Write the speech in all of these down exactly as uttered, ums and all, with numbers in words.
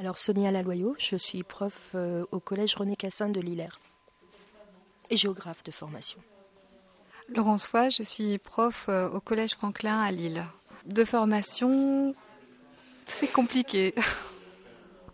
Alors Sonia Laloyau, je suis prof euh, au collège René Cassin de Lillers et géographe de formation. Laurence Foy, je suis prof euh, au collège Franklin à Lille. De formation, c'est compliqué. C'est-à-dire ?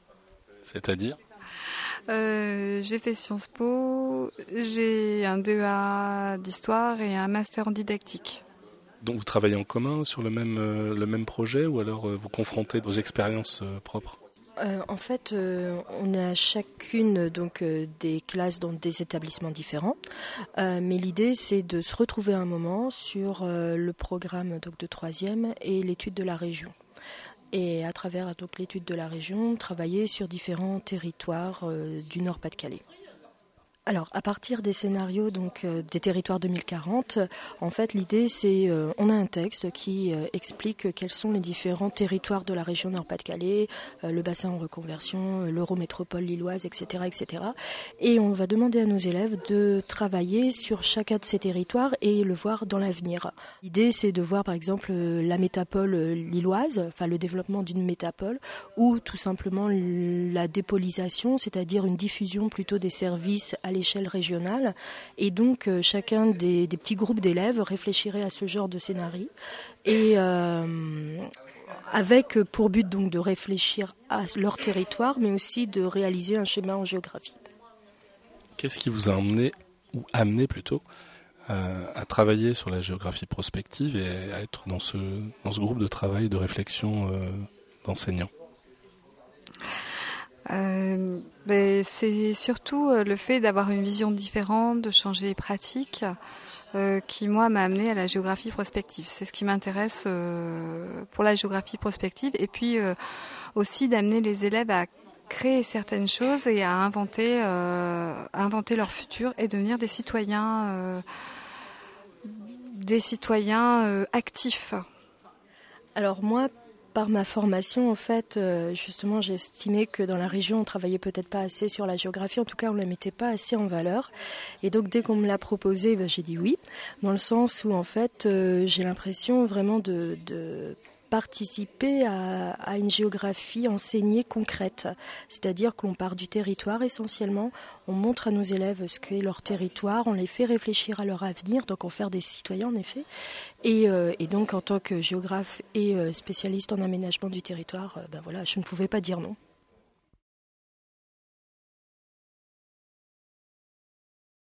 euh, J'ai fait Sciences Po, j'ai un D E A d'histoire et un master en didactique. Donc vous travaillez en commun sur le même, euh, le même projet ou alors euh, vous confrontez vos expériences euh, propres ? Euh, en fait, euh, on a chacune donc euh, des classes dans des établissements différents, euh, mais l'idée c'est de se retrouver un moment sur euh, le programme donc de troisième et l'étude de la région. Et à travers donc l'étude de la région, travailler sur différents territoires euh, du Nord-Pas-de-Calais. Alors, à partir des scénarios donc euh, des territoires deux mille quarante, en fait, l'idée, c'est euh, on a un texte qui euh, explique quels sont les différents territoires de la région Nord-Pas-de-Calais, euh, le bassin en reconversion, euh, l'eurométropole lilloise, et cetera, et cetera. Et on va demander à nos élèves de travailler sur chacun de ces territoires et le voir dans l'avenir. L'idée, c'est de voir, par exemple, la métropole lilloise, enfin le développement d'une métropole, ou tout simplement la dépolisation, c'est-à-dire une diffusion plutôt des services à l'échelle régionale, et donc euh, chacun des, des petits groupes d'élèves réfléchirait à ce genre de scénario et euh, avec pour but donc de réfléchir à leur territoire mais aussi de réaliser un schéma en géographie. Qu'est-ce qui vous a emmené ou amené plutôt euh, à travailler sur la géographie prospective et à être dans ce, dans ce groupe de travail de réflexion euh, d'enseignants ? Euh, ben, c'est surtout euh, le fait d'avoir une vision différente, de changer les pratiques, euh, qui moi m'a amené à la géographie prospective. C'est ce qui m'intéresse euh, pour la géographie prospective, et puis euh, aussi d'amener les élèves à créer certaines choses et à inventer, euh, à inventer leur futur et devenir des citoyens, euh, des citoyens euh, actifs. Alors moi, par ma formation, en fait, euh, justement, j'ai estimé que dans la région, on travaillait peut-être pas assez sur la géographie. En tout cas, on ne la mettait pas assez en valeur. Et donc, dès qu'on me l'a proposé, ben, j'ai dit oui, dans le sens où, en fait, euh, j'ai l'impression vraiment de, de participer à, à une géographie enseignée concrète. C'est-à-dire que l'on part du territoire essentiellement, on montre à nos élèves ce qu'est leur territoire, on les fait réfléchir à leur avenir, donc en faire des citoyens en effet. Et, euh, et donc en tant que géographe et euh, spécialiste en aménagement du territoire, euh, ben voilà, je ne pouvais pas dire non.